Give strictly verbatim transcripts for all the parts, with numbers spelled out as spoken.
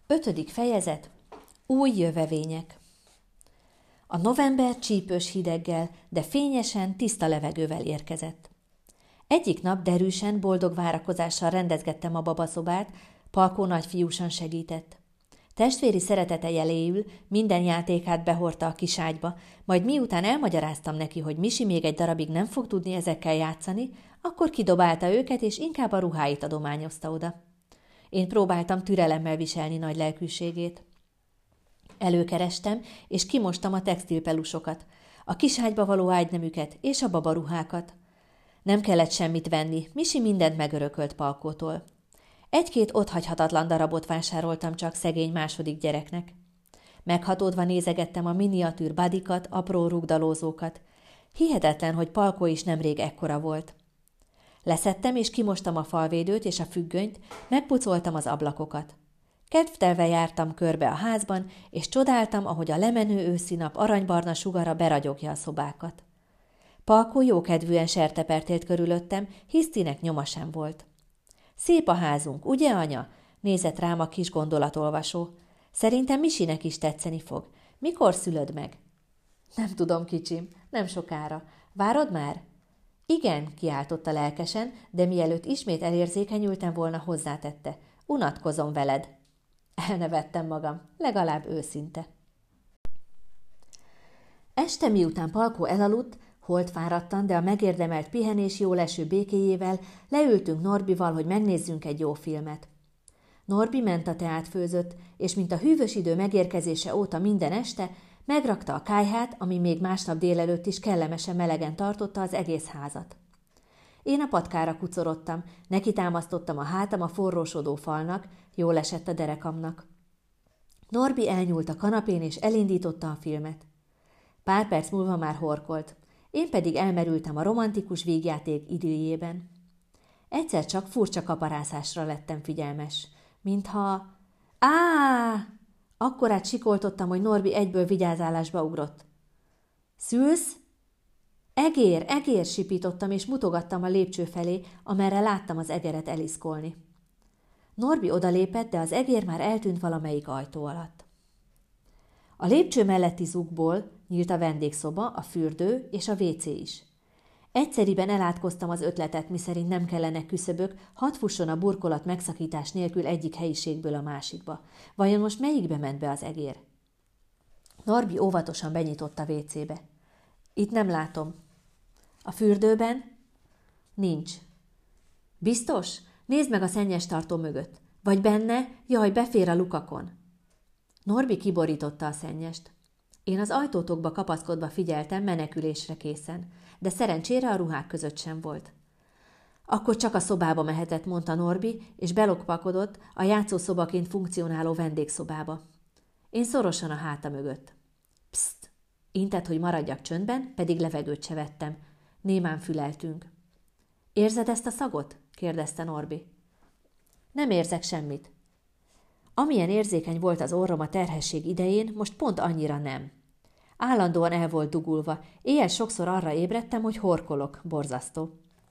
Ötödik fejezet. Új jövevények. A november csípős hideggel, de fényesen, tiszta levegővel érkezett. Egyik nap derűsen, boldog várakozással rendezgettem a babaszobát, Palkó nagyfiúsan segített. Testvéri szeretete jeléül minden játékát behordta a kiságyba, majd miután elmagyaráztam neki, hogy Misi még egy darabig nem fog tudni ezekkel játszani, akkor kidobálta őket, és inkább a ruháit adományozta oda. Én próbáltam türelemmel viselni nagy lelkűségét. Előkerestem, és kimostam a textilpelusokat, a kiságyba való ágynemüket és a babaruhákat. Nem kellett semmit venni, Misi mindent megörökölt Palkótól. Egy-két otthagyhatatlan darabot vásároltam csak szegény második gyereknek. Meghatódva nézegettem a miniatűr badikat, apró rugdalózókat. Hihetetlen, hogy Palkó is nemrég ekkora volt. Leszedtem és kimostam a falvédőt és a függönyt, megpucoltam az ablakokat. Kedvtelve jártam körbe a házban, és csodáltam, ahogy a lemenő őszi nap aranybarna sugara beragyogja a szobákat. Palkó jókedvűen sertepertélt körülöttem, hisztinek nyoma sem volt. Szép a házunk, ugye, anya? Nézett rám a kis gondolatolvasó. Szerintem Misinek is tetszeni fog. Mikor szülöd meg? Nem tudom, kicsim, nem sokára. Várod már? Igen, kiáltotta lelkesen, de mielőtt ismét elérzékenyültem volna, hozzátette. Unatkozom veled. Elnevettem magam, legalább őszinte. Este miután Palkó elaludt, holtfáradtan, de a megérdemelt pihenés jóleső békéjével leültünk Norbival, hogy megnézzünk egy jó filmet. Norbi ment a teát főzött, és mint a hűvös idő megérkezése óta minden este, megrakta a kályhát, ami még másnap délelőtt is kellemesen melegen tartotta az egész házat. Én a patkára kucorodtam, neki támasztottam a hátam a forrósodó falnak, jól esett a derekamnak. Norbi elnyúlt a kanapén és elindította a filmet. Pár perc múlva már horkolt, én pedig elmerültem a romantikus vígjáték idilljében. Egyszer csak furcsa kaparászásra lettem figyelmes, mintha... Á! Akkorát sikoltottam, hogy Norbi egyből vigyázálásba ugrott. Szülsz? Egér, egér, sipítottam, és mutogattam a lépcső felé, amerre láttam az egeret eliszkolni. Norbi odalépett, de az egér már eltűnt valamelyik ajtó alatt. A lépcső melletti zugból nyílt a vendégszoba, a fürdő és a vécé is. Egyszeriben elátkoztam az ötletet, miszerint nem kellene küszöbök, hadd fusson a burkolat megszakítás nélkül egyik helyiségből a másikba. Vajon most melyikbe ment be az egér? Norbi óvatosan benyitott a vécébe. Itt nem látom. A fürdőben? Nincs. Biztos? Nézd meg a szennyestartó mögött. Vagy benne? Jaj, befér a lukakon. Norbi kiborította a szennyest. Én az ajtótokba kapaszkodva figyeltem menekülésre készen, de szerencsére a ruhák között sem volt. Akkor csak a szobába mehetett, mondta Norbi, és belokpakodott a játszószobaként funkcionáló vendégszobába. Én szorosan a háta mögött. Pszt! Intett, hogy maradjak csöndben, pedig levegőt se vettem. Némán füleltünk. Érzed ezt a szagot? kérdezte Norbi. Nem érzek semmit. Amilyen érzékeny volt az orrom a terhesség idején, most pont annyira nem. Állandóan el volt dugulva, éjjel sokszor arra ébredtem, hogy horkolok, borzasztó.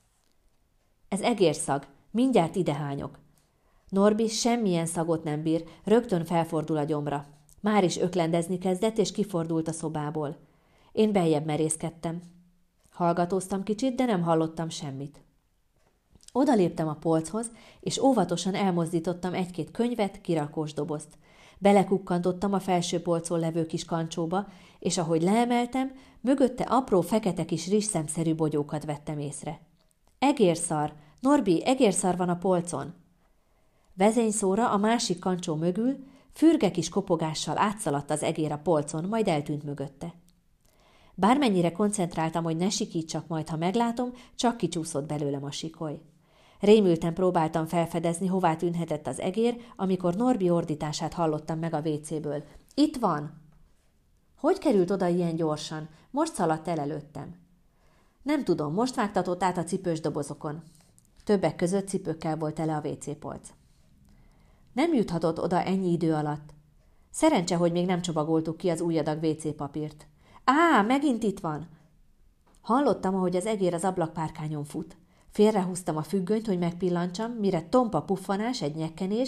Ez egérszag, mindjárt idehányok. Norbi semmilyen szagot nem bír, rögtön felfordul a gyomra. Már is öklendezni kezdett, és kifordult a szobából. Én beljebb merészkedtem. Hallgatóztam kicsit, de nem hallottam semmit. Odaléptem a polchoz, és óvatosan elmozdítottam egy-két könyvet, kirakós dobozt. Belekukkantottam a felső polcon levő kis kancsóba, és ahogy leemeltem, mögötte apró fekete kis rizsszemszerű bogyókat vettem észre. Egérszar! Norbi, egérszar van a polcon! Vezényszóra a másik kancsó mögül fürge kis kopogással átszaladt az egér a polcon, majd eltűnt mögötte. Bármennyire koncentráltam, hogy ne sikítsak majd, ha meglátom, csak kicsúszott belőlem a sikoly. Rémülten próbáltam felfedezni, hová tűnhetett az egér, amikor Norbi ordítását hallottam meg a vécéből. Itt van! Hogy került oda ilyen gyorsan? Most szaladt el előttem. Nem tudom, most vágtatott át a cipős dobozokon. Többek között cipőkkel volt tele a vécépolc. Nem juthatott oda ennyi idő alatt. Szerencse, hogy még nem csomagoltuk ki az új adag vécépapírt. Á, megint itt van! Hallottam, ahogy az egér az ablakpárkányon fut. Félrehúztam a függönyt, hogy megpillantsam, mire tompa puffanás, egy nyekkenés,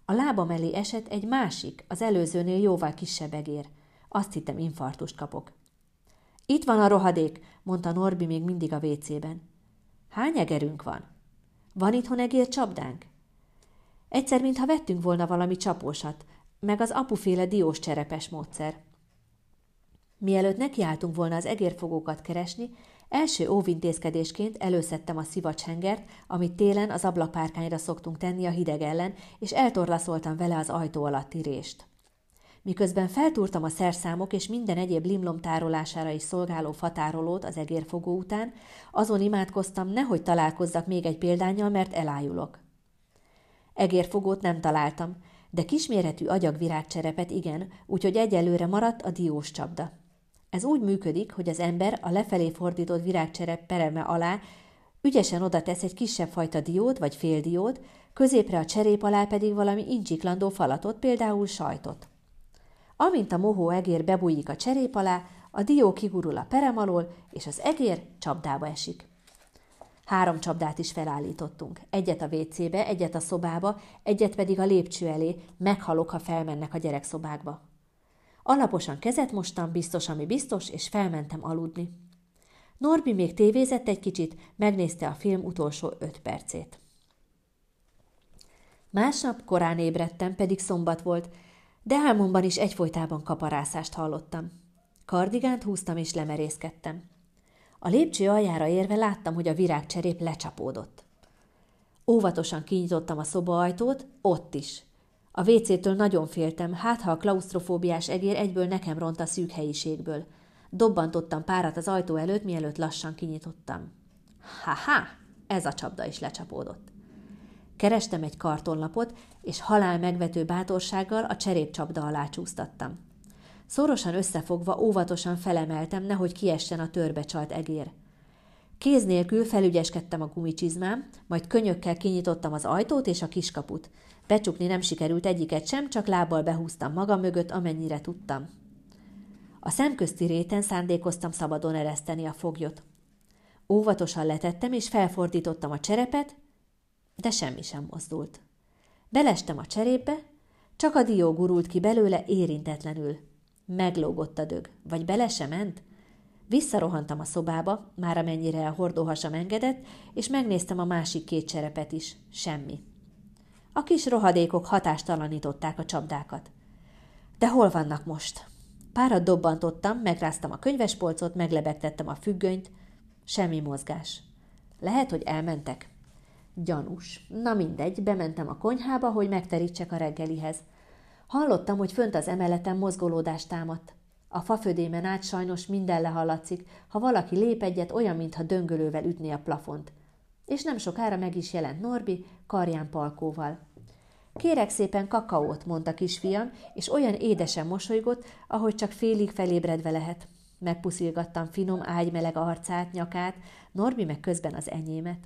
A lábam elé esett egy másik, az előzőnél jóval kisebb egér. Azt hittem, infarktust kapok. Itt van a rohadék, mondta Norbi még mindig a vécében. Hány egerünk van? Van itthon egér csapdánk? Egyszer, mintha vettünk volna valami csapósat, meg az apuféle diós cserepes módszer. Mielőtt nekiálltunk volna az egérfogókat keresni, első óvintézkedésként előszedtem a szivacshengert, amit télen az ablakpárkányra szoktunk tenni a hideg ellen, és eltorlaszoltam vele az ajtó alatti rést. Miközben feltúrtam a szerszámok és minden egyéb limlom tárolására is szolgáló fatárolót az egérfogó után, azon imádkoztam, nehogy találkozzak még egy példánnyal, mert elájulok. Egérfogót nem találtam, de kisméretű agyagvirágcserepet igen, úgyhogy egyelőre maradt a diós csapda. Ez úgy működik, hogy az ember a lefelé fordított virágcserep pereme alá ügyesen oda tesz egy kisebb fajta diót vagy féldiót, középre a cserép alá pedig valami incsiklandó falatot, például sajtot. Amint a mohó egér bebújik a cserép alá, a dió kigurul a perem alól, és az egér csapdába esik. Három csapdát is felállítottunk. Egyet a vécébe, egyet a szobába, egyet pedig a lépcső elé, meghalok, ha felmennek a gyerekszobákba. Alaposan kezet mostam, biztos, ami biztos, és felmentem aludni. Norbi még tévézett egy kicsit, megnézte a film utolsó öt percét. Másnap korán ébredtem, pedig szombat volt, de álmomban is egyfolytában kaparászást hallottam. Kardigánt húztam és lemerészkedtem. A lépcső aljára érve láttam, hogy a virágcserép lecsapódott. Óvatosan kinyitottam a szobaajtót, ott is. A vécétől nagyon féltem, hát ha a klausztrofóbiás egér egyből nekem ront a szűk helyiségből. Dobbantottam párat az ajtó előtt, mielőtt lassan kinyitottam. Ha-ha! Ez a csapda is lecsapódott. Kerestem egy kartonlapot, és halál megvető bátorsággal a cserépcsapda alá csúsztattam. Szorosan összefogva óvatosan felemeltem, nehogy kiessen a törbecsalt egér. Kéz nélkül felügyeskedtem a gumicsizmám, majd könyökkel kinyitottam az ajtót és a kiskaput. Becsukni nem sikerült egyiket sem, csak lábbal behúztam maga mögött, amennyire tudtam. A szemközti réten szándékoztam szabadon ereszteni a foglyot. Óvatosan letettem, és felfordítottam a cserepet, de semmi sem mozdult. Belestem a cserépbe, csak a dió gurult ki belőle érintetlenül. Meglógott a dög, vagy bele se ment? Visszarohantam a szobába, már amennyire a hordóhasam engedett, és megnéztem a másik két cserepet is. Semmi. A kis rohadékok hatástalanították a csapdákat. De hol vannak most? Párat dobbantottam, megráztam a könyvespolcot, meglebegtettem a függönyt. Semmi mozgás. Lehet, hogy elmentek? Gyanús. Na mindegy, bementem a konyhába, hogy megterítsek a reggelihez. Hallottam, hogy fönt az emeleten mozgolódást támadt. A fafödémen át sajnos minden lehallatszik, ha valaki lép egyet, olyan, mintha döngölővel ütné a plafont. És nem sokára meg is jelent Norbi, karján palkóval. Kérek szépen kakaót, mondta kisfiam, és olyan édesen mosolygott, ahogy csak félig felébredve lehet. Megpuszilgattam finom, ágymeleg arcát, nyakát, Norbi meg közben az enyémet.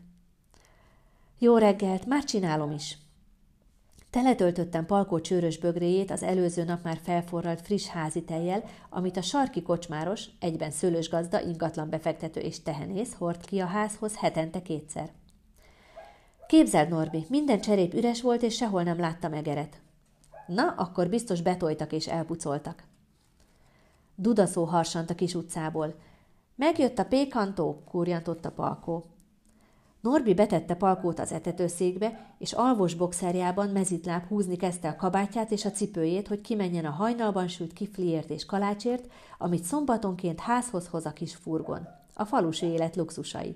Jó reggelt, már csinálom is. Teletöltöttem Palkó csőrös bögréjét az előző nap már felforralt friss házi tejjel, amit a sarki kocsmáros, egyben szőlősgazda, ingatlan befektető és tehenész hord ki a házhoz hetente kétszer. Képzeld, Norbi, minden cserép üres volt, és sehol nem láttam egeret. Na, akkor biztos betoltak és elpucoltak. Dudaszó harsant a kis utcából. Megjött a pékantó, kurjantott Palkó. Norbi betette Palkót az etetőszékbe, és alvos boxerjában mezitláb húzni kezdte a kabátját és a cipőjét, hogy kimenjen a hajnalban sült kifliért és kalácsért, amit szombatonként házhoz hoz a kis furgon. A falusi élet luxusai.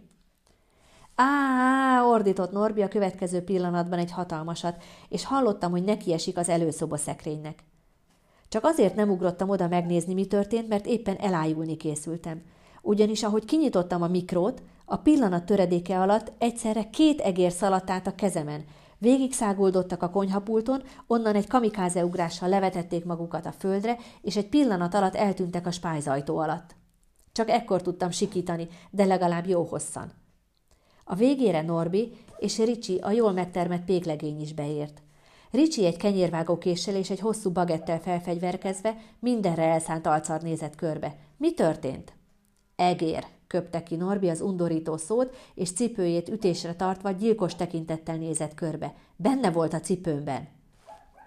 Á, ordított Norbi a következő pillanatban egy hatalmasat, és hallottam, hogy nekiesik az előszoba szekrénynek. Csak azért nem ugrottam oda megnézni, mi történt, mert éppen elájulni készültem. Ugyanis ahogy kinyitottam a mikrót, a pillanat töredéke alatt egyszerre két egér szaladt át a kezemen. Végig száguldottak a konyhapulton, onnan egy kamikáze ugrással levetették magukat a földre, és egy pillanat alatt eltűntek a spájzajtó alatt. Csak ekkor tudtam sikítani, de legalább jó hosszan. A végére Norbi és Ricsi, a jól megtermett péklegény is beért. Ricsi egy kenyérvágókéssel és egy hosszú bagettel felfegyverkezve mindenre elszánt arccal nézett körbe. Mi történt? Egér, köpte ki Norbi az undorító szót, és cipőjét ütésre tartva gyilkos tekintettel nézett körbe. Benne volt a cipőmben.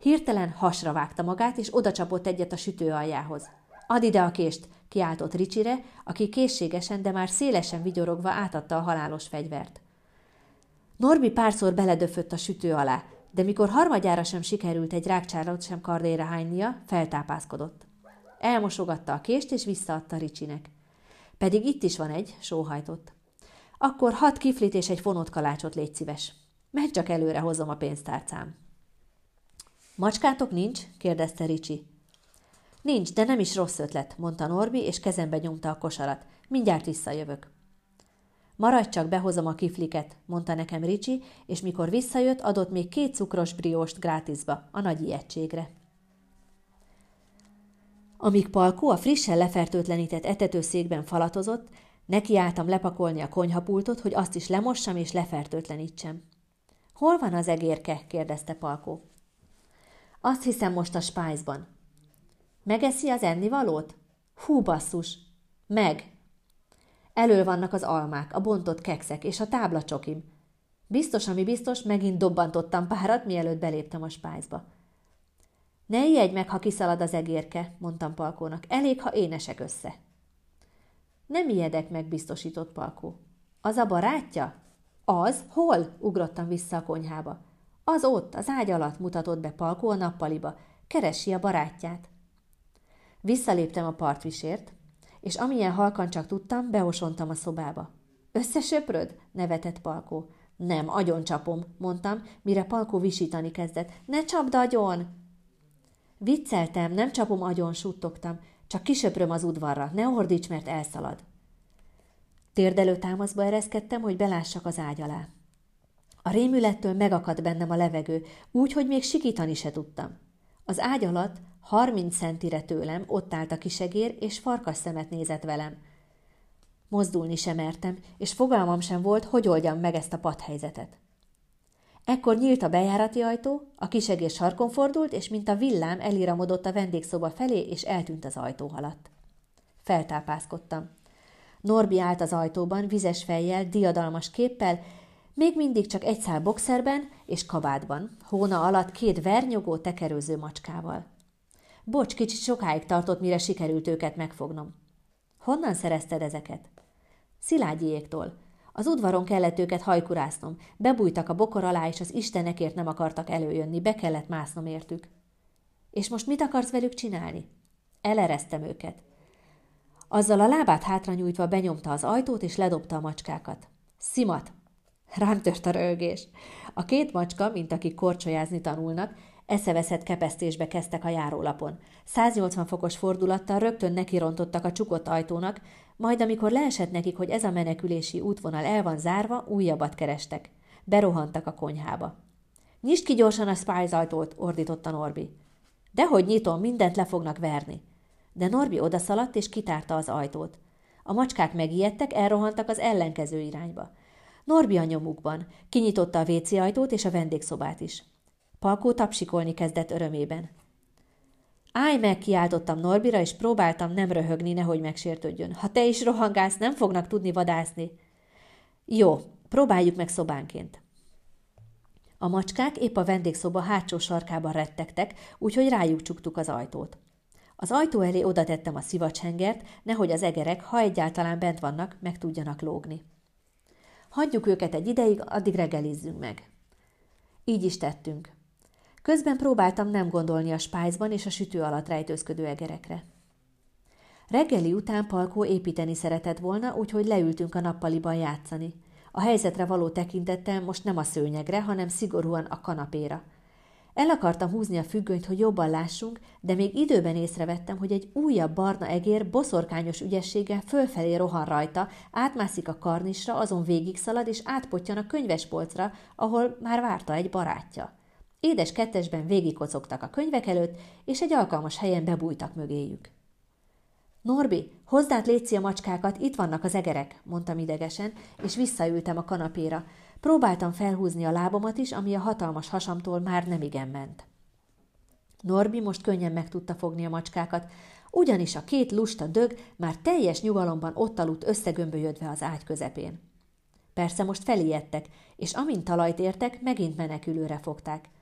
Hirtelen hasra vágta magát, és odacsapott egyet a sütő aljához. Add ide a kést, kiáltott Ricsire, aki készségesen, de már szélesen vigyorogva átadta a halálos fegyvert. Norbi párszor beledöfött a sütő alá, de mikor harmadjára sem sikerült egy rágcsálót sem kardéra hánynia, feltápászkodott. Elmosogatta a kést, és visszaadta Ricsinek. Pedig itt is van egy, sóhajtott. Akkor hat kiflit és egy fonott kalácsot, légy szíves. Menj csak előre, hozom a pénztárcám. Macskátok nincs? kérdezte Ricsi. Nincs, de nem is rossz ötlet, mondta Norbi, és kezembe nyomta a kosarat. Mindjárt visszajövök. Maradj csak, behozom a kifliket, mondta nekem Ricsi, és mikor visszajött, adott még két cukros brióst grátisba, a nagy ijegységre. Amíg Palkó a frissen lefertőtlenített etetőszékben falatozott, nekiálltam lepakolni a konyhapultot, hogy azt is lemossam és lefertőtlenítsem. Hol van az egérke? kérdezte Palkó. Azt hiszem most a spájzban. Megeszi az ennivalót? Hú, basszus! Meg! Elől vannak az almák, a bontott kekszek és a táblacsokim. Biztos, ami biztos, megint dobbantottam párat, mielőtt beléptem a spájzba. Ne ijedj meg, ha kiszalad az egérke, mondtam Palkónak. Elég, ha én esek össze. Nem ijedek meg, biztosított Palkó. Az a barátja? Az? Hol? Ugrottam vissza a konyhába. Az ott, az ágy alatt, mutatott be Palkó a nappaliba. Keresi a barátját. Visszaléptem a partvisért, és amilyen halkan csak tudtam, beosontam a szobába. Összesöpröd? Nevetett Palkó. Nem, agyoncsapom, mondtam, mire Palkó visítani kezdett. Ne csapd agyon! Vicceltem, nem csapom agyon, suttogtam, csak kisöpröm az udvarra, ne ordíts, mert elszalad. Térdelő támaszba ereszkedtem, hogy belássak az ágy alá. A rémülettől megakadt bennem a levegő, úgy, hogy még sikítani se tudtam. Az ágy alatt, harminc centire tőlem, ott állt a kisegér, és farkas szemet nézett velem. Mozdulni sem mertem, és fogalmam sem volt, hogy oldjam meg ezt a patthelyzetet. Ekkor nyílt a bejárati ajtó, a kisegér sarkon fordult, és mint a villám eliramodott a vendégszoba felé, és eltűnt az ajtó alatt. Feltápászkodtam. Norbi állt az ajtóban, vizes fejjel, diadalmas képpel, még mindig csak egy szál boxerben és kabátban, hóna alatt két vernyogó, tekerőző macskával. Bocs, kicsit sokáig tartott, mire sikerült őket megfognom. Honnan szerezted ezeket? Szilágyiéktól. Az udvaron kellett őket hajkurásznom, bebújtak a bokor alá, és az istenekért nem akartak előjönni, be kellett másznom értük. És most mit akarsz velük csinálni? Eleresztem őket. Azzal a lábát hátranyújtva benyomta az ajtót, és ledobta a macskákat. Szimat! Rám tört a röhögés. A két macska, mint akik korcsolyázni tanulnak, eszeveszett kepesztésbe kezdtek a járólapon. száznyolcvan fokos fordulattal rögtön nekirontottak a csukott ajtónak, majd amikor leesett nekik, hogy ez a menekülési útvonal el van zárva, újabbat kerestek. Berohantak a konyhába. Nyisd ki gyorsan a Spice ajtót, ordította Norbi. Dehogy nyitom, mindent le fognak verni. De Norbi odaszaladt és kitárta az ajtót. A macskák megijedtek, elrohantak az ellenkező irányba. Norbi a nyomukban. Kinyitotta a vécé ajtót és a vendégszobát is. Palkó tapsikolni kezdett örömében. Állj meg, kiáltottam Norbira, és próbáltam nem röhögni, nehogy megsértődjön. Ha te is rohangálsz, nem fognak tudni vadászni. Jó, próbáljuk meg szobánként. A macskák épp a vendégszoba hátsó sarkában rettegtek, úgyhogy rájuk csuktuk az ajtót. Az ajtó elé oda tettem a szivacshengert, nehogy az egerek, ha egyáltalán bent vannak, meg tudjanak lógni. Hagyjuk őket egy ideig, addig reggelizzünk meg. Így is tettünk. Közben próbáltam nem gondolni a spájzban és a sütő alatt rejtőzködő egerekre. Reggeli után Palkó építeni szeretett volna, úgyhogy leültünk a nappaliban játszani. A helyzetre való tekintettel most nem a szőnyegre, hanem szigorúan a kanapéra. El akartam húzni a függönyt, hogy jobban lássunk, de még időben észrevettem, hogy egy újabb barna egér boszorkányos ügyességgel fölfelé rohan rajta, átmászik a karnisra, azon végigszalad és átpottyan a könyvespolcra, ahol már várta egy barátja. Édes kettesben végigkocogtak a könyvek előtt, és egy alkalmas helyen bebújtak mögéjük. Norbi, hozd át létszi a macskákat, itt vannak az egerek, mondtam idegesen, és visszaültem a kanapéra. Próbáltam felhúzni a lábamat is, ami a hatalmas hasamtól már nemigen ment. Norbi most könnyen meg tudta fogni a macskákat, ugyanis a két lusta dög már teljes nyugalomban ott aludt összegömbölyödve az ágy közepén. Persze most felijedtek, és amint talajt értek, megint menekülőre fogták.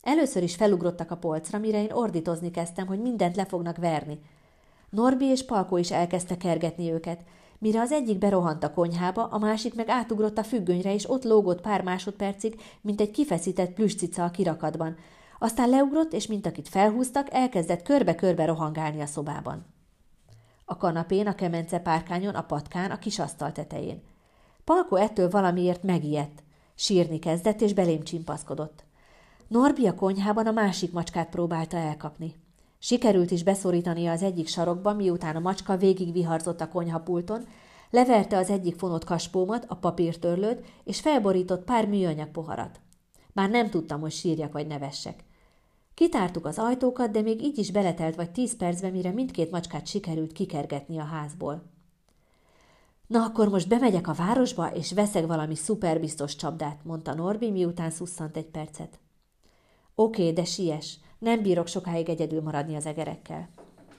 Először is felugrottak a polcra, mire én ordítozni kezdtem, hogy mindent le fognak verni. Norbi és Palkó is elkezdte kergetni őket. Mire az egyik berohant a konyhába, a másik meg átugrott a függönyre, és ott lógott pár másodpercig, mint egy kifeszített plüsscica a kirakatban. Aztán leugrott, és mint akit felhúztak, elkezdett körbe-körbe rohangálni a szobában. A kanapén, a kemence párkányon, a patkán, a kis asztal tetején. Palkó ettől valamiért megijedt. Sírni kezdett, és belém csimpaszkodott. Norbi a konyhában a másik macskát próbálta elkapni. Sikerült is beszorítania az egyik sarokba, miután a macska végig viharzott a konyhapulton, leverte az egyik fonott kaspómat, a papírtörlőt, és felborított pár műanyag poharat. Már nem tudtam, hogy sírjak vagy nevessek. Kitártuk az ajtókat, de még így is beletelt vagy tíz percbe, mire mindkét macskát sikerült kikergetni a házból. Na, akkor most bemegyek a városba, és veszek valami szuperbiztos csapdát, mondta Norbi, miután szusszant egy percet. Oké, de siess, nem bírok sokáig egyedül maradni az egerekkel.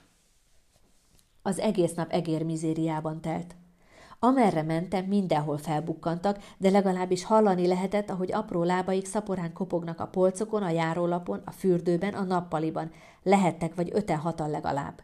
Az egész nap egérmizériában telt. Amerre mentem, mindenhol felbukkantak, de legalábbis hallani lehetett, ahogy apró lábaik szaporán kopognak a polcokon, a járólapon, a fürdőben, a nappaliban. Lehettek vagy öten-hatan legalább.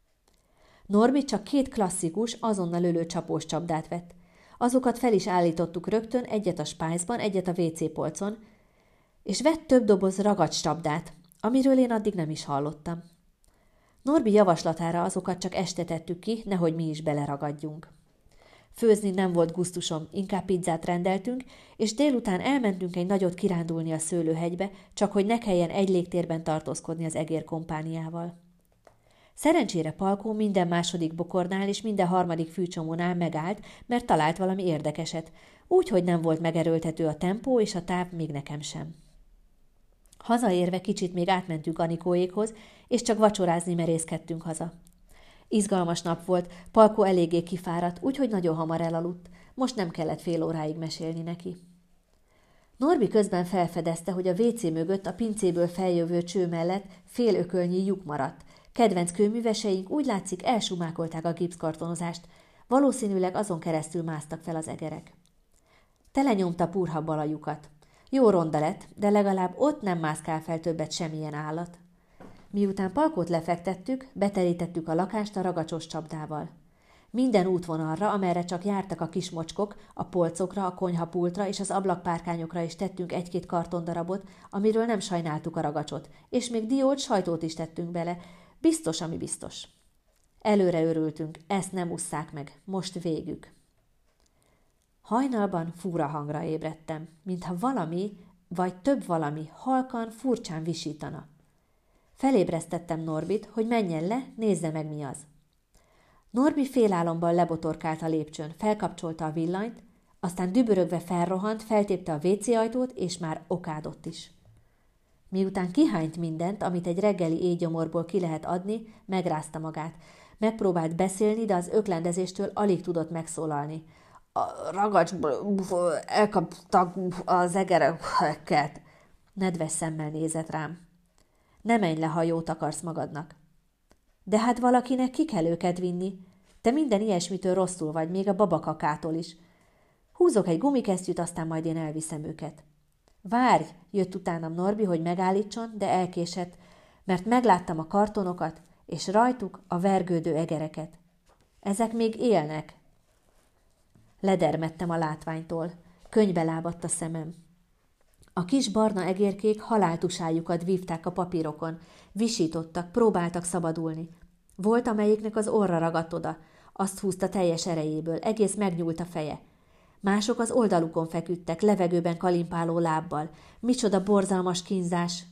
Norbi csak két klasszikus, azonnal ölő csapós csapdát vett. Azokat fel is állítottuk rögtön, egyet a spájzban, egyet a vé cé polcon, és vett több doboz ragacs csapdát, amiről én addig nem is hallottam. Norbi javaslatára azokat csak este tettük ki, nehogy mi is beleragadjunk. Főzni nem volt gusztusom, inkább pizzát rendeltünk, és délután elmentünk egy nagyot kirándulni a szőlőhegybe, csak hogy ne kelljen egy légtérben tartózkodni az egér kompániával. Szerencsére Palkó minden második bokornál és minden harmadik fűcsomónál megállt, mert talált valami érdekeset, úgyhogy nem volt megerőltető a tempó és a táv még nekem sem. Hazaérve kicsit még átmentünk Anikóékhoz, és csak vacsorázni merészkedtünk haza. Izgalmas nap volt, Palkó eléggé kifáradt, úgyhogy nagyon hamar elaludt. Most nem kellett fél óráig mesélni neki. Norbi közben felfedezte, hogy a vé cé mögött a pincéből feljövő cső mellett fél ökölnyi lyuk maradt. Kedvenc kőműveseink úgy látszik elsumákolták a gipszkartonozást, valószínűleg azon keresztül másztak fel az egerek. Telenyomta purhabbal a lyukat. Jó ronda lett, de legalább ott nem mászkál fel többet semmilyen állat. Miután Palkót lefektettük, beterítettük a lakást a ragacsos csapdával. Minden útvonalra, amerre csak jártak a kis mocskok, a polcokra, a konyhapultra és az ablakpárkányokra is tettünk egy-két kartondarabot, amiről nem sajnáltuk a ragacsot, és még diót, sajtót is tettünk bele. Biztos, ami biztos. Előre örültünk, ezt nem usszák meg, most végük. Hajnalban fura hangra ébredtem, mintha valami, vagy több valami halkan, furcsán visítana. Felébresztettem Norbit, hogy menjen le, nézze meg, mi az. Norbi félálomban lebotorkált a lépcsőn, felkapcsolta a villanyt, aztán dübörögve felrohant, feltépte a vé cé ajtót, és már okádott is. Miután kihányt mindent, amit egy reggeli éjgyomorból ki lehet adni, megrázta magát. Megpróbált beszélni, de az öklendezéstől alig tudott megszólalni. A ragacsból elkaptak az egereket. Nedves szemmel nézett rám. Ne menj le, ha jót akarsz magadnak. De hát valakinek ki kell őket vinni. Te minden ilyesmitől rosszul vagy, még a babakakától is. Húzok egy gumikesztyűt, aztán majd én elviszem őket. Várj, jött utánam Norbi, hogy megállítson, de elkésett, mert megláttam a kartonokat, és rajtuk a vergődő egereket. Ezek még élnek. Ledermettem a látványtól. Könnybe lábadt a szemem. A kis barna egérkék haláltusájukat vívták a papírokon, visítottak, próbáltak szabadulni. Volt, amelyiknek az orra ragadt oda, azt húzta teljes erejéből, egész megnyúlt a feje. Mások az oldalukon feküdtek, levegőben kalimpáló lábbal. Micsoda borzalmas kínzás!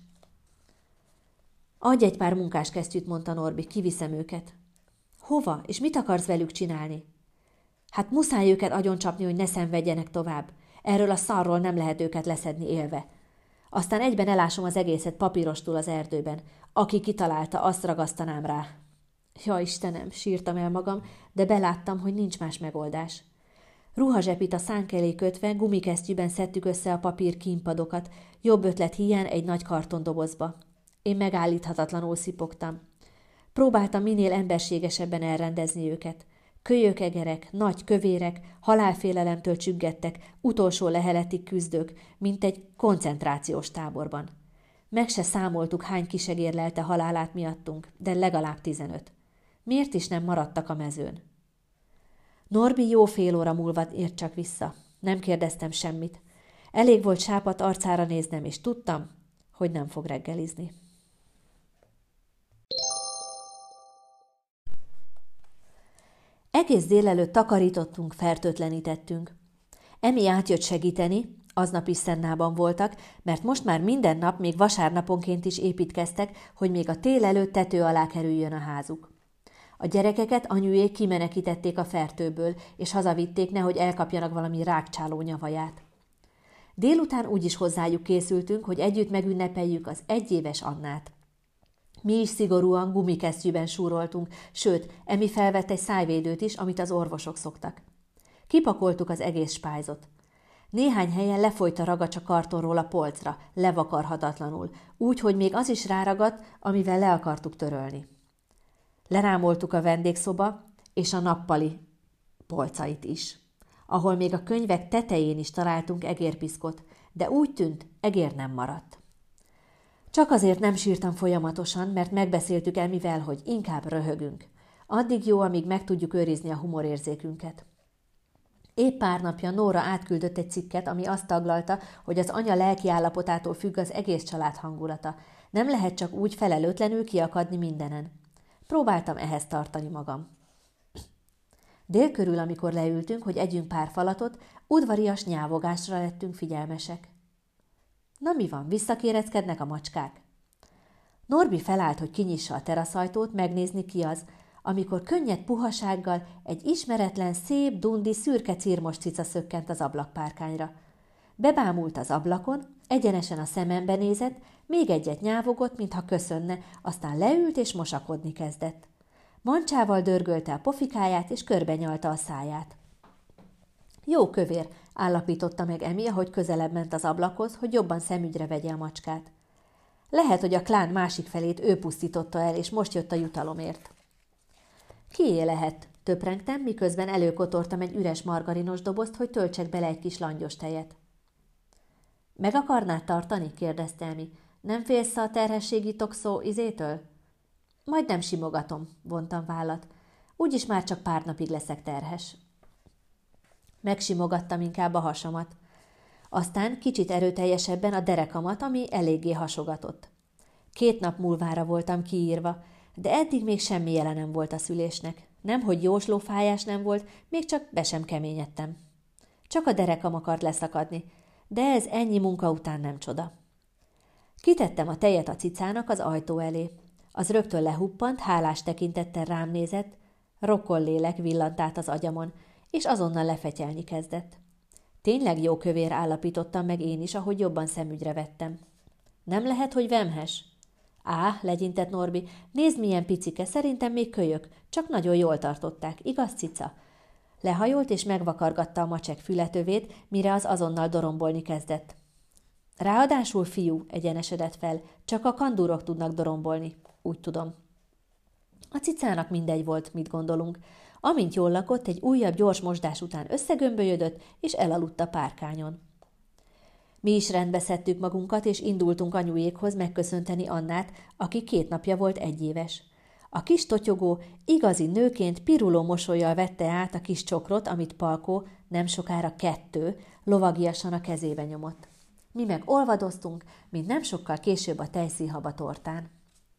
Adj egy pár munkáskesztyűt, mondta Norbi, kiviszem őket. Hova? És mit akarsz velük csinálni? Hát muszáj őket agyoncsapni, hogy ne szenvedjenek tovább. Erről a szarról nem lehet őket leszedni élve. Aztán egyben elásom az egészet papírostul az erdőben. Aki kitalálta, azt ragasztanám rá. Ja, Istenem, sírtam el magam, de beláttam, hogy nincs más megoldás. Ruhazsepit a szánk elé kötve, gumikesztyűben szedtük össze a papír kímpadokat, jobb ötlet hiány egy nagy kartondobozba. Én megállíthatatlanul szipogtam. Próbáltam minél emberségesebben elrendezni őket. Kölyök egerek, nagy kövérek, halálfélelemtől csüggettek, utolsó leheletig küzdők, mint egy koncentrációs táborban. Meg se számoltuk, hány kisegérlelte halálát miattunk, de legalább tizenöt. Miért is nem maradtak a mezőn? Norbi jó fél óra múlva ért csak vissza. Nem kérdeztem semmit. Elég volt sápadt arcára néznem, és tudtam, hogy nem fog reggelizni. Egész délelőtt takarítottunk, fertőtlenítettünk. Emi átjött segíteni, aznap is Szennában voltak, mert most már minden nap, még vasárnaponként is építkeztek, hogy még a tél előtt tető alá kerüljön a házuk. A gyerekeket anyujék kimenekítették a fertőből, és hazavitték, nehogy elkapjanak valami rákcsáló nyavaját. Délután úgy is hozzájuk készültünk, hogy együtt megünnepeljük az egyéves Annát. Mi is szigorúan gumikesztyűben súroltunk, sőt, Emi felvett egy szájvédőt is, amit az orvosok szoktak. Kipakoltuk az egész spájzot. Néhány helyen lefolyt a ragacs a kartonról a polcra, levakarhatatlanul, úgy, hogy még az is ráragadt, amivel le akartuk törölni. Lerámoltuk a vendégszoba és a nappali polcait is, ahol még a könyvek tetején is találtunk egérpiszkot, de úgy tűnt, egér nem maradt. Csak azért nem sírtam folyamatosan, mert megbeszéltük Emivel, hogy inkább röhögünk. Addig jó, amíg meg tudjuk őrizni a humorérzékünket. Épp pár napja Nóra átküldött egy cikket, ami azt taglalta, hogy az anya lelkiállapotától függ az egész család hangulata. Nem lehet csak úgy felelőtlenül kiakadni mindenen. Próbáltam ehhez tartani magam. Dél körül, amikor leültünk, hogy együnk pár falatot, udvarias nyávogásra lettünk figyelmesek. Na mi van, visszakéreckednek a macskák? Norbi felállt, hogy kinyissa a teraszajtót, megnézni ki az, amikor könnyed puhasággal egy ismeretlen, szép, dundi, szürke cirmos cica szökkent az ablakpárkányra. Bebámult az ablakon, egyenesen a szemembe nézett, még egyet nyávogott, mintha köszönne, aztán leült és mosakodni kezdett. Mancsával dörgölte a pofikáját, és körbenyalta a száját. Jó kövér, állapította meg Emi, ahogy közelebb ment az ablakhoz, hogy jobban szemügyre vegye a macskát. Lehet, hogy a klán másik felét ő pusztította el, és most jött a jutalomért. Kié lehet? Töprengtem, miközben előkotortam egy üres margarinos dobozt, hogy töltsek bele egy kis langyos tejet. Meg akarnád tartani? Kérdezte Emi. Nem félsz a terhességi toxó izétől? Majd nem simogatom, vontam vállat. Úgyis már csak pár napig leszek terhes. Megsimogattam inkább a hasamat. Aztán kicsit erőteljesebben a derekamat, ami eléggé hasogatott. Két nap múlvára voltam kiírva, de eddig még semmi jele nem volt a szülésnek. Nemhogy jóslófájás nem volt, még csak be sem keményedtem. Csak a derekam akart leszakadni, de ez ennyi munka után nem csoda. Kitettem a tejet a cicának az ajtó elé. Az rögtön lehuppant, hálás tekintettel rám nézett, rokon lélek villant át az agyamon, és azonnal lefetyelni kezdett. Tényleg jó kövér, állapítottam meg én is, ahogy jobban szemügyre vettem. Nem lehet, hogy vemhes? Á, legyintett Norbi, nézd milyen picike, szerintem még kölyök, csak nagyon jól tartották, igaz cica? Lehajolt és megvakargatta a macsek fületövét, mire az azonnal dorombolni kezdett. Ráadásul fiú, egyenesedett fel, csak a kandúrok tudnak dorombolni, úgy tudom. A cicának mindegy volt, mit gondolunk. Amint jól lakott, egy újabb gyors mosdás után összegömbölyödött, és elaludt a párkányon. Mi is rendbe szedtük magunkat, és indultunk anyujékhoz megköszönteni Annát, aki két napja volt egyéves. A kis totyogó igazi nőként piruló mosollyal vette át a kis csokrot, amit Palkó, nem sokára kettő, lovagiasan a kezébe nyomott. Mi meg olvadoztunk, mint nem sokkal később a tejszínhaba tortán.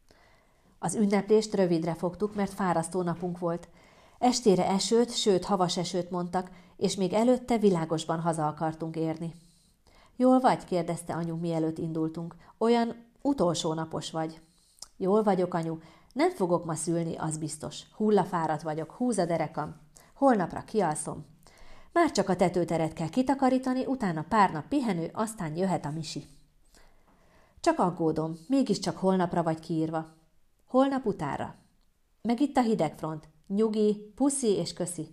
Az ünneplést rövidre fogtuk, mert fárasztó napunk volt. Estére esőt, sőt havas esőt mondtak, és még előtte világosban haza akartunk érni. Jól vagy? Kérdezte anyu, mielőtt indultunk. Olyan utolsó napos vagy. Jól vagyok, anyu. Nem fogok ma szülni, az biztos. Hullafáradt vagyok, húz a derekam. Holnapra kialszom. Már csak a tetőteret kell kitakarítani, utána pár nap pihenő, aztán jöhet a misi. Csak aggódom, mégiscsak holnapra vagy kiírva. Holnap utára. Meg itt a hidegfront. Nyugi, puszi és köszi.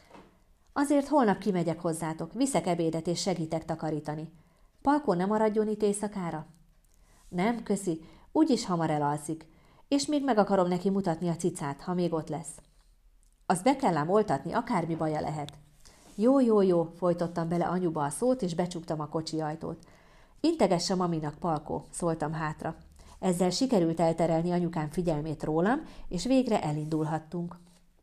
Azért holnap kimegyek hozzátok, viszek ebédet és segítek takarítani. Palkó nem maradjon itt éjszakára? Nem, köszi, úgyis hamar elalszik, és még meg akarom neki mutatni a cicát, ha még ott lesz. Azt be kell ám oltatni, akármi baja lehet. Jó, jó, jó, folytottam bele anyuba a szót, és becsuktam a kocsi ajtót. Integesse maminak, Palkó, szóltam hátra. Ezzel sikerült elterelni anyukám figyelmét rólam, és végre elindulhattunk.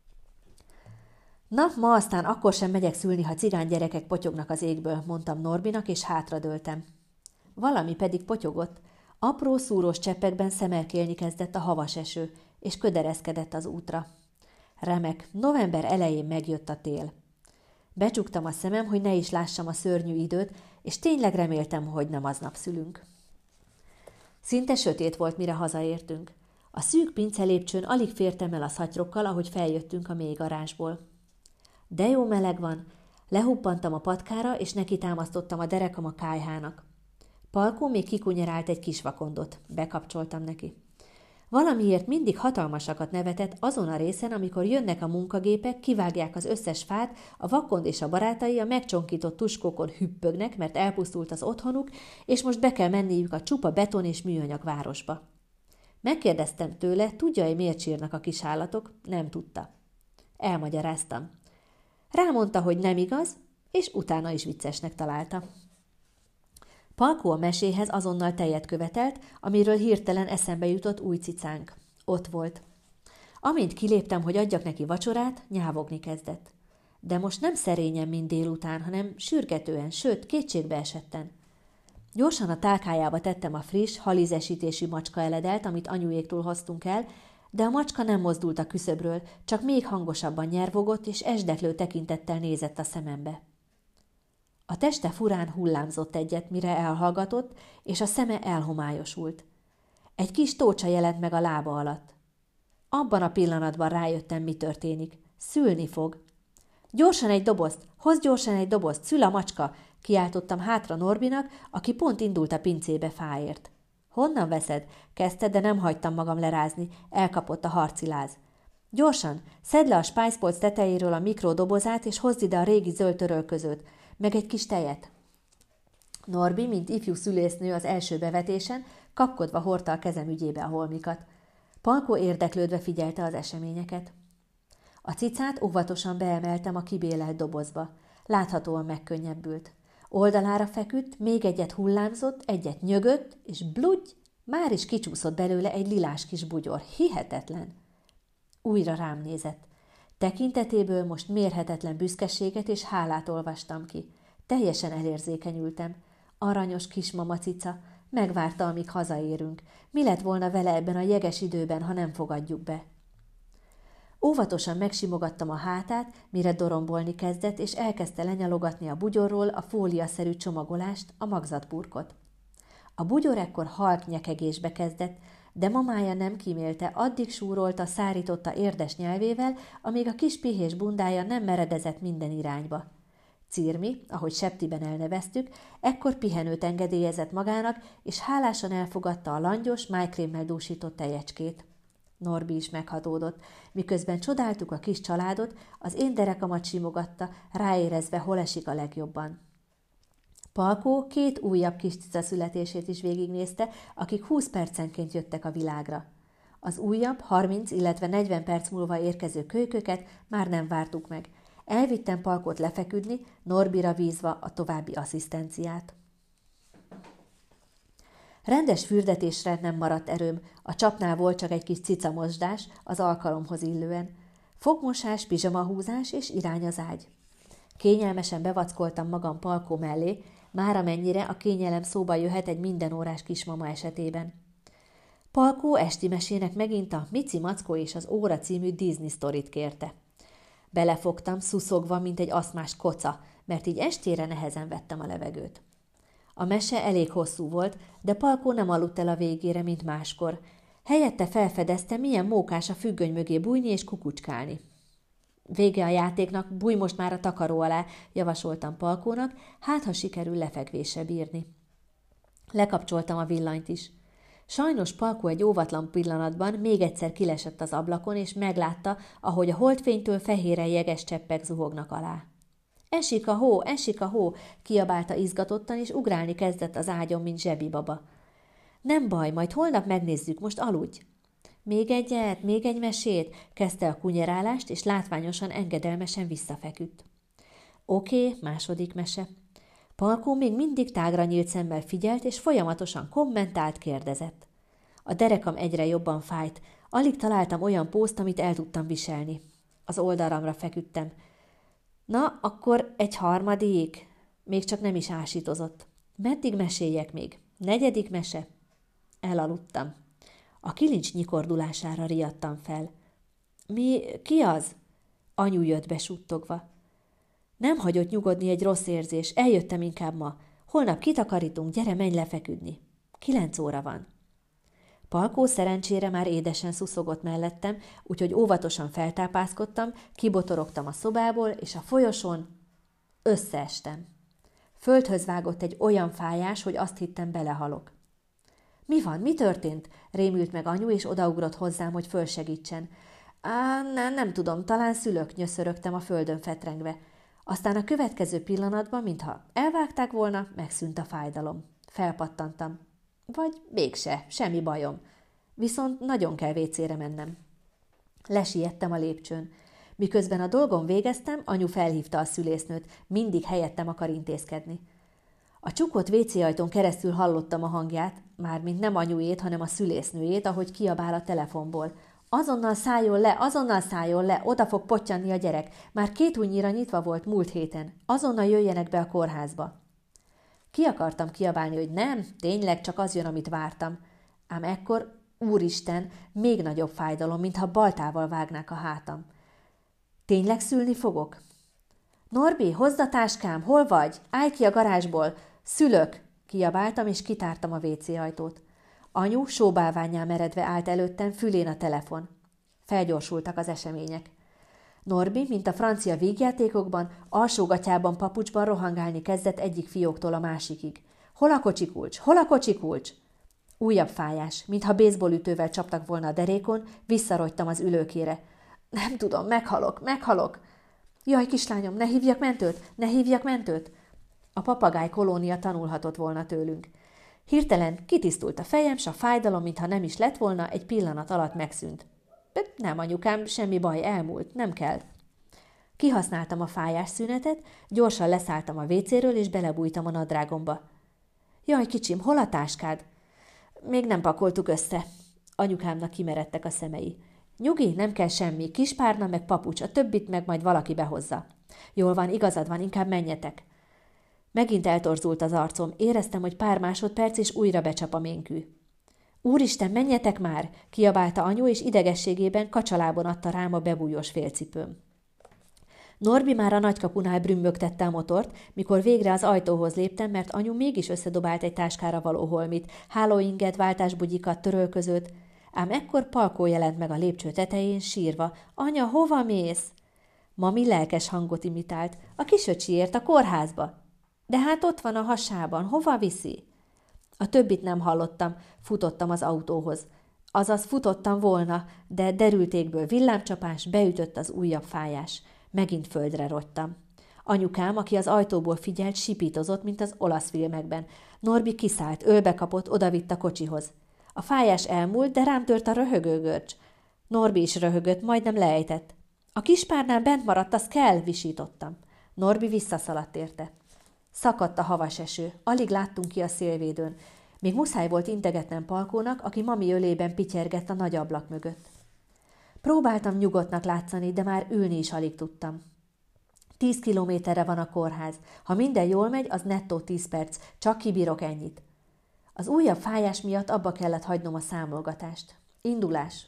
Na, ma aztán akkor sem megyek szülni, ha cigány gyerekek potyognak az égből, mondtam Norbinak, és hátradőltem. Valami pedig potyogott. Apró, szúrós cseppekben szemerkélni kezdett a havas eső, és ködereszkedett az útra. Remek, november elején megjött a tél. Becsuktam a szemem, hogy ne is lássam a szörnyű időt, és tényleg reméltem, hogy nem aznap szülünk. Szinte sötét volt, mire hazaértünk. A szűk pincelépcsőn alig fértem el a szatyrokkal, ahogy feljöttünk a mély garázsból. De jó meleg van. Lehuppantam a patkára, és neki támasztottam a derekam a kályhának. Palkó még kikunyerált egy kis vakondot. Bekapcsoltam neki. Valamiért mindig hatalmasakat nevetett azon a részen, amikor jönnek a munkagépek, kivágják az összes fát, a vakond és a barátai a megcsonkított tuskókon hüppögnek, mert elpusztult az otthonuk, és most be kell menniük a csupa beton és műanyag városba. Megkérdeztem tőle, tudja-e, miért sírnak a kis állatok? Nem tudta. Elmagyaráztam. Rámondta, hogy nem igaz, és utána is viccesnek találta. Palkó a meséhez azonnal tejet követelt, amiről hirtelen eszembe jutott új cicánk. Ott volt. Amint kiléptem, hogy adjak neki vacsorát, nyávogni kezdett. De most nem szerényen, mint délután, hanem sürgetően, sőt, kétségbe esetten. Gyorsan a tálkájába tettem a friss, halizesítésű macska eledelt, amit anyujéktól hoztunk el, de a macska nem mozdult a küszöbről, csak még hangosabban nyervogott, és esdeklő tekintettel nézett a szemembe. A teste furán hullámzott egyet, mire elhallgatott, és a szeme elhomályosult. Egy kis tócsa jelent meg a lába alatt. Abban a pillanatban rájöttem, mi történik. Szülni fog. Gyorsan egy dobozt! Hozz gyorsan egy dobozt! Szül a macska! Kiáltottam hátra Norbinak, aki pont indult a pincébe fáért. Honnan veszed? Kezdte, de nem hagytam magam lerázni. Elkapott a harciláz. Gyorsan! Szedd le a spájzpolc tetejéről a mikrodobozát, és hozd ide a régi zöld törölközőt, meg egy kis tejet. Norbi, mint ifjú szülésznő az első bevetésen, kapkodva hordta a kezem ügyébe a holmikat. Palkó érdeklődve figyelte az eseményeket. A cicát óvatosan beemeltem a kibélelt dobozba. Láthatóan megkönnyebbült. Oldalára feküdt, még egyet hullámzott, egyet nyögött, és bludgy, már is kicsúszott belőle egy lilás kis bugyor. Hihetetlen! Újra rám nézett. Tekintetéből most mérhetetlen büszkeséget és hálát olvastam ki. Teljesen elérzékenyültem. Aranyos kis mamacica, megvárta, amíg hazaérünk. Mi lett volna vele ebben a jeges időben, ha nem fogadjuk be? Óvatosan megsimogattam a hátát, mire dorombolni kezdett, és elkezdte lenyalogatni a bugyorról a fóliaszerű csomagolást, a magzatburkot. A bugyor ekkor halk nyekegésbe kezdett, de mamája nem kímélte, addig súrolta, szárította érdes nyelvével, amíg a kis pihés bundája nem meredezett minden irányba. Cirmi, ahogy septiben elneveztük, ekkor pihenőt engedélyezett magának, és hálásan elfogadta a langyos, májkrémmel dúsított tejecskét. Norbi is meghatódott, miközben csodáltuk a kis családot, az én derekamat simogatta, ráérezve, hol esik a legjobban. Palkó két újabb kis cica születését is végignézte, akik húsz percenként jöttek a világra. Az újabb, harminc, illetve negyven perc múlva érkező kölyköket már nem vártuk meg. Elvittem Palkót lefeküdni, Norbira bízva a további asszisztenciát. Rendes fürdetésre nem maradt erőm, a csapnál volt csak egy kis cicamosdás az alkalomhoz illően. Fogmosás, pizsamahúzás és irány az ágy. Kényelmesen bevackoltam magam Palkó mellé, már amennyire a kényelem szóba jöhet egy mindenórás kismama esetében. Palkó esti mesének megint a Mici Mackó és az óra című Disney sztorit kérte. Belefogtam, szuszogva, mint egy aszmás koca, mert így estére nehezen vettem a levegőt. A mese elég hosszú volt, de Palkó nem aludt el a végére, mint máskor. Helyette felfedezte, milyen mókás a függöny mögé bújni és kukucskálni. Vége a játéknak, bújj most már a takaró alá, javasoltam Palkónak, hát ha sikerül lefekvésre bírni. Lekapcsoltam a villanyt is. Sajnos Palkó egy óvatlan pillanatban még egyszer kilesett az ablakon, és meglátta, ahogy a holdfénytől fehéren jeges cseppek zuhognak alá. Esik a hó, esik a hó, kiabálta izgatottan, és ugrálni kezdett az ágyon, mint zsebibaba. Nem baj, majd holnap megnézzük, most aludj. Még egyet, még egy mesét, kezdte a kunyerálást, és látványosan engedelmesen visszafeküdt. Oké, második mese. Palkó még mindig tágra nyílt szemmel figyelt, és folyamatosan kommentált, kérdezett. A derekam egyre jobban fájt, alig találtam olyan pószt, amit el tudtam viselni. Az oldalamra feküdtem. Na, akkor egy harmadik? Még csak nem is ásítozott. Meddig meséljek még? Negyedik mese? Elaludtam. A kilincs nyikordulására riadtam fel. Mi, ki az? Anyu jött be suttogva. Nem hagyott nyugodni egy rossz érzés, eljöttem inkább ma. Holnap kitakarítunk, gyere, menj lefeküdni. Kilenc óra van. Palkó szerencsére már édesen szuszogott mellettem, úgyhogy óvatosan feltápászkodtam, kibotorogtam a szobából, és a folyosón összeestem. Földhöz vágott egy olyan fájás, hogy azt hittem, belehalok. Mi van, mi történt? Rémült meg anyu, és odaugrott hozzám, hogy fölsegítsen. Á, nem, nem tudom, talán szülök, nyöszörögtem a földön fetrengve. Aztán a következő pillanatban, mintha elvágták volna, megszűnt a fájdalom. Felpattantam. Vagy mégse, semmi bajom. Viszont nagyon kell vécére mennem. Lesiettem a lépcsőn. Miközben a dolgon végeztem, anyu felhívta a szülésznőt, mindig helyettem akar intézkedni. A csukott vécéajtón keresztül hallottam a hangját, mármint nem anyujét, hanem a szülésznőjét, ahogy kiabál a telefonból. Azonnal szálljon le, azonnal szálljon le, oda fog pottyanni a gyerek. Már két ujjnyira nyitva volt múlt héten. Azonnal jöjjenek be a kórházba. Ki akartam kiabálni, hogy nem, tényleg csak az jön, amit vártam. Ám ekkor, úristen, még nagyobb fájdalom, mintha baltával vágnák a hátam. Tényleg szülni fogok? Norbi, hozd a táskám, hol vagy? Állj ki a garázsból! Szülök! Kiabáltam, és kitártam a vécéajtót. Anyu sóbálvánnyá meredve állt előttem, fülén a telefon. Felgyorsultak az események. Norbi, mint a francia vígjátékokban, alsógatyában, papucsban rohangálni kezdett egyik fióktól a másikig. Hol a kocsikulcs? Hol a kocsikulcs? Újabb fájás, mintha baseballütővel csaptak volna a derékon, visszarogytam az ülőkére. Nem tudom, meghalok, meghalok. Jaj, kislányom, ne hívjak mentőt, ne hívjak mentőt. A papagáj kolónia tanulhatott volna tőlünk. Hirtelen kitisztult a fejem, s a fájdalom, mintha nem is lett volna, egy pillanat alatt megszűnt. Nem, anyukám, semmi baj, elmúlt, nem kell. Kihasználtam a fájás szünetet, gyorsan leszálltam a vécéről, és belebújtam a nadrágomba. Jaj, kicsim, hol a táskád? Még nem pakoltuk össze. Anyukámnak kimeredtek a szemei. Nyugi, nem kell semmi, kispárna meg papucs, a többit meg majd valaki behozza. Jól van, igazad van, inkább menjetek. Megint eltorzult az arcom, éreztem, hogy pár másodperc, és újra becsap a ménkű. Úristen, menjetek már! Kiabálta anyu, és idegességében kacsalábon adta rám a bebújós félcipőm. Norbi már a nagykapunál brümbögtette a motort, mikor végre az ajtóhoz léptem, mert anyu mégis összedobált egy táskára való holmit, hálóinget, váltásbugyikat, törölközőt, ám ekkor Palkó jelent meg a lépcső tetején, sírva. Anya, hova mész? Mami lelkes hangot imitált. A kisöcsiért, a kórházba. De hát ott van a hasában, hova viszi? A többit nem hallottam, futottam az autóhoz. Azaz futottam volna, de derültékből villámcsapás, beütött az újabb fájás. Megint földre rogytam. Anyukám, aki az ajtóból figyelt, sipítozott, mint az olasz filmekben. Norbi kiszállt, ölbe kapott, odavitt a kocsihoz. A fájás elmúlt, de rám tört a röhögőgörcs. Norbi is röhögött, majdnem leejtett. A kispárnán bent maradt, az kell, visítottam. Norbi visszaszaladt érte. Szakadt a havas eső, alig láttunk ki a szélvédőn. Még muszáj volt integetnem Palkónak, aki mami ölében pityergett a nagy ablak mögött. Próbáltam nyugodtnak látszani, de már ülni is alig tudtam. Tíz kilométerre van a kórház. Ha minden jól megy, az nettó tíz perc. Csak kibírok ennyit. Az újabb fájás miatt abba kellett hagynom a számolgatást. Indulás.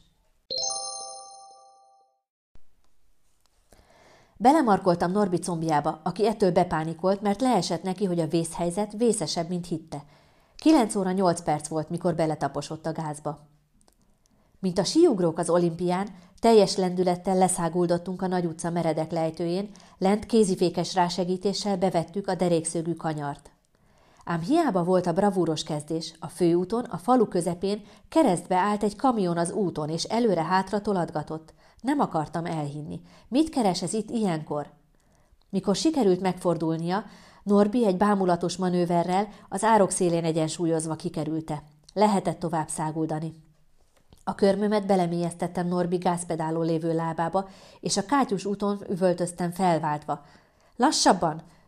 Belemarkoltam Norbi combjába, aki ettől bepánikolt, mert leesett neki, hogy a vészhelyzet vészesebb, mint hitte. Kilenc óra nyolc perc volt, mikor beletaposott a gázba. Mint a síugrók az olimpián, teljes lendülettel leszáguldottunk a nagy utca meredek lejtőjén, lent kézifékes rásegítéssel bevettük a derékszögű kanyart. Ám hiába volt a bravúros kezdés, a főúton, a falu közepén keresztbe állt egy kamion az úton, és előre-hátra tolatgatott. Nem akartam elhinni. Mit keres ez itt ilyenkor? Mikor sikerült megfordulnia, Norbi egy bámulatos manőverrel az árok szélén egyensúlyozva kikerülte. Lehetett tovább száguldani. A körmömet belemélyeztettem Norbi gázpedálon lévő lábába, és a kátyus úton üvöltöztem felváltva. Lassabban!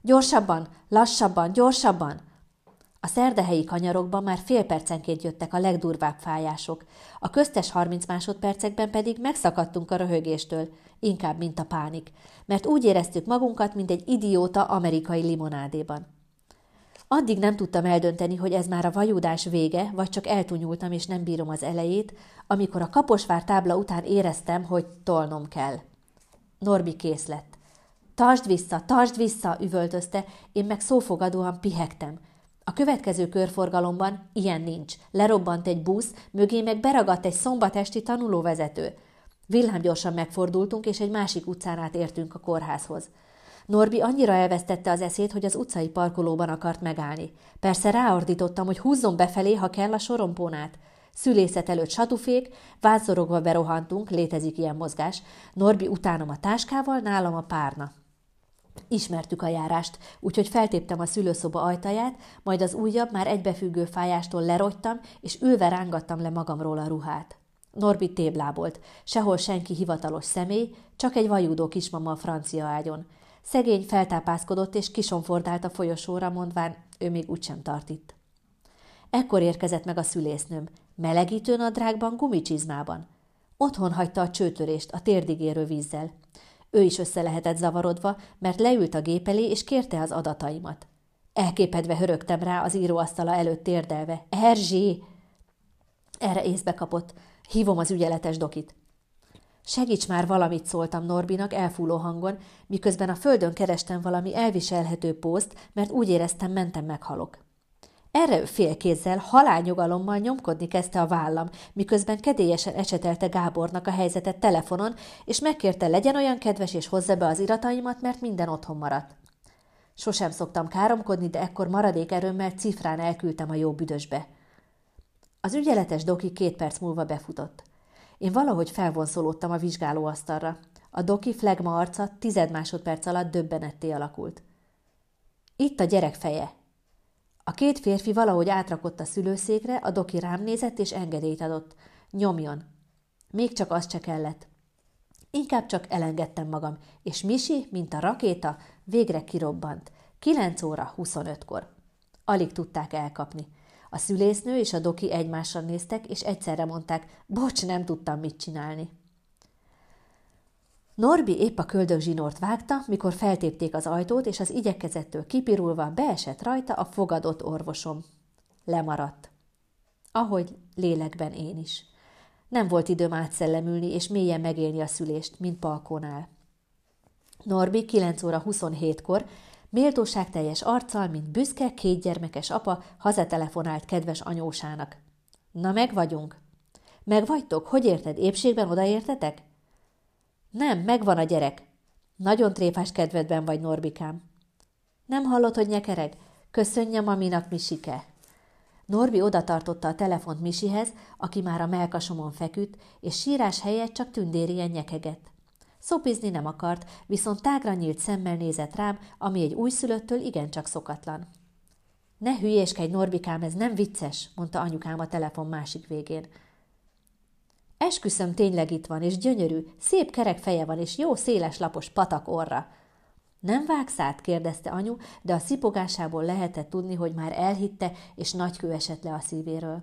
Gyorsabban, lassabban, gyorsabban! A szerdahelyi kanyarokban már fél percenként jöttek a legdurvább fájások, a köztes harminc másodpercekben pedig megszakadtunk a röhögéstől, inkább, mint a pánik, mert úgy éreztük magunkat, mint egy idióta amerikai limonádéban. Addig nem tudtam eldönteni, hogy ez már a vajudás vége, vagy csak eltúnyultam és nem bírom az elejét, amikor a Kaposvár tábla után éreztem, hogy tolnom kell. Norbi kész lett. Tartsd vissza, tartsd vissza, üvöltözte, én meg szófogadóan pihegtem. A következő körforgalomban ilyen nincs. Lerobbant egy busz, mögé meg beragadt egy szombatesti tanulóvezető. Villámgyorsan megfordultunk, és egy másik utcán át értünk a kórházhoz. Norbi annyira elvesztette az eszét, hogy az utcai parkolóban akart megállni. Persze ráordítottam, hogy húzzon befelé, ha kell a sorompón át. Szülészet előtt satufék, vánszorogva berohantunk, létezik ilyen mozgás. Norbi utánom a táskával, nálam a párna. Ismertük a járást, úgyhogy feltéptem a szülőszoba ajtaját, majd az újabb, már egybefüggő fájástól lerogytam, és ülve rángattam le magamról a ruhát. Norbi téblábolt, sehol senki hivatalos személy, csak egy vajúdó kismama a francia ágyon. Szegény feltápászkodott és kisonfordált a folyosóra, mondván, ő még úgysem tart itt. Ekkor érkezett meg a szülésznőm, melegítő nadrágban, gumicsizmában. Otthon hagyta a csőtörést a térdig érő vízzel. Ő is össze lehetett zavarodva, mert leült a gép elé és kérte az adataimat. Elképedve hörögtem rá az íróasztala előtt térdelve. Erzsé! Erre észbe kapott. Hívom az ügyeletes dokit. Segíts már valamit, szóltam Norbinak elfúló hangon, miközben a földön kerestem valami elviselhető pószt, mert úgy éreztem, mentem meghalok. Erre ő félkézzel, halálnyugalommal nyomkodni kezdte a vállam, miközben kedélyesen ecsetelte Gábornak a helyzetet telefonon, és megkérte, legyen olyan kedves és hozza be az irataimat, mert minden otthon maradt. Sosem szoktam káromkodni, de ekkor maradék erőmmel cifrán elküldtem a jó büdösbe. Az ügyeletes doki két perc múlva befutott. Én valahogy felvonszolódtam a vizsgálóasztalra. A doki flegma arca tized másodperc alatt döbbenetté alakult. Itt a gyerek feje. A két férfi valahogy átrakott a szülőszékre, a doki rám nézett és engedélyt adott. Nyomjon. Még csak az se kellett. Inkább csak elengedtem magam, és Misi, mint a rakéta, végre kirobbant. kilenc óra huszonötkor. Alig tudták elkapni. A szülésznő és a doki egymásra néztek, és egyszerre mondták, bocs, nem tudtam mit csinálni. Norbi épp a köldögzsinort vágta, mikor feltépték az ajtót, és az igyekezettől kipirulva beesett rajta a fogadott orvosom. Lemaradt. Ahogy lélekben én is. Nem volt időm átszellemülni és mélyen megélni a szülést, mint Palkónál. Norbi kilenc óra huszonhétkor méltóságteljes arccal, mint büszke, kétgyermekes apa hazatelefonált kedves anyósának. Na, meg vagyunk. Meg vagytok? Hogy érted? Épségben odaértetek? Nem, megvan a gyerek. Nagyon tréfás kedvedben vagy, Norbikám. Nem hallod, hogy nyekereg? Köszönje maminak, Misike. Norbi odatartotta a telefont Misihez, aki már a mellkasomon feküdt, és sírás helyett csak tündérien nyekegett. Szopizni nem akart, viszont tágra nyílt szemmel nézett rám, ami egy újszülöttől igencsak szokatlan. Ne hülyéskedj, Norbikám, ez nem vicces, mondta anyukám a telefon másik végén. Esküszöm, tényleg itt van, és gyönyörű, szép kerek feje van, és jó széles lapos patak orra. Nem vágsz át? Kérdezte anyu, de a szipogásából lehetett tudni, hogy már elhitte, és nagy kő esett le a szívéről.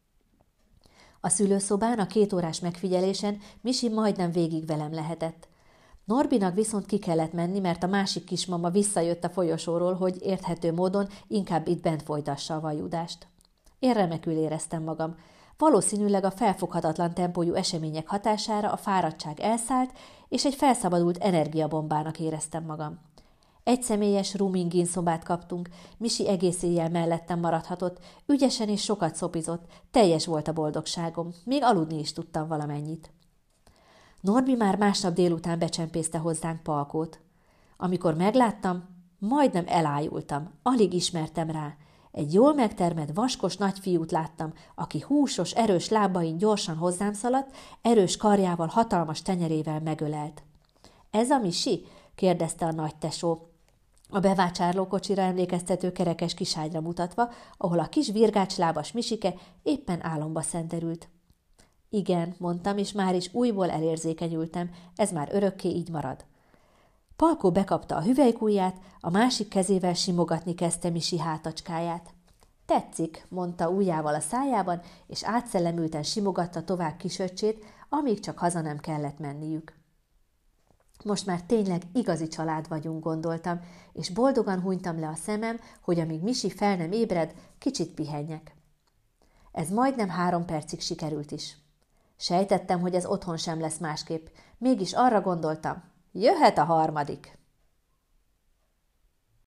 A szülőszobán, a kétórás megfigyelésen Misi majdnem végig velem lehetett. Norbinak viszont ki kellett menni, mert a másik kismama visszajött a folyosóról, hogy érthető módon inkább itt bent folytassa a vajudást. Én remekül éreztem magam. Valószínűleg a felfoghatatlan tempójú események hatására a fáradtság elszállt, és egy felszabadult energiabombának éreztem magam. Egy személyes rooming-in szobát kaptunk, Misi egész éjjel mellettem maradhatott, ügyesen és sokat szopizott, teljes volt a boldogságom, még aludni is tudtam valamennyit. Norbi már másnap délután becsempészte hozzánk Palkót. Amikor megláttam, majdnem elájultam, alig ismertem rá. Egy jól megtermett, vaskos nagyfiút láttam, aki húsos, erős lábain gyorsan hozzám szaladt, erős karjával, hatalmas tenyerével megölelt. – Ez a Misi? – kérdezte a nagytesó, a bevácsárlókocsira emlékeztető kerekes kiságyra mutatva, ahol a kis virgácslábas Misike éppen álomba szenderült. Igen, mondtam, és már is újból elérzékenyültem, ez már örökké így marad. Palkó bekapta a hüvelykujját, a másik kezével simogatni kezdte Misi hátacskáját. Tetszik, mondta ujjával a szájában, és átszellemülten simogatta tovább kisöccsét, amíg csak haza nem kellett menniük. Most már tényleg igazi család vagyunk, gondoltam, és boldogan hunytam le a szemem, hogy amíg Misi fel nem ébred, kicsit pihenjek. Ez majdnem három percig sikerült is. Sejtettem, hogy ez otthon sem lesz másképp, mégis arra gondoltam, jöhet a harmadik.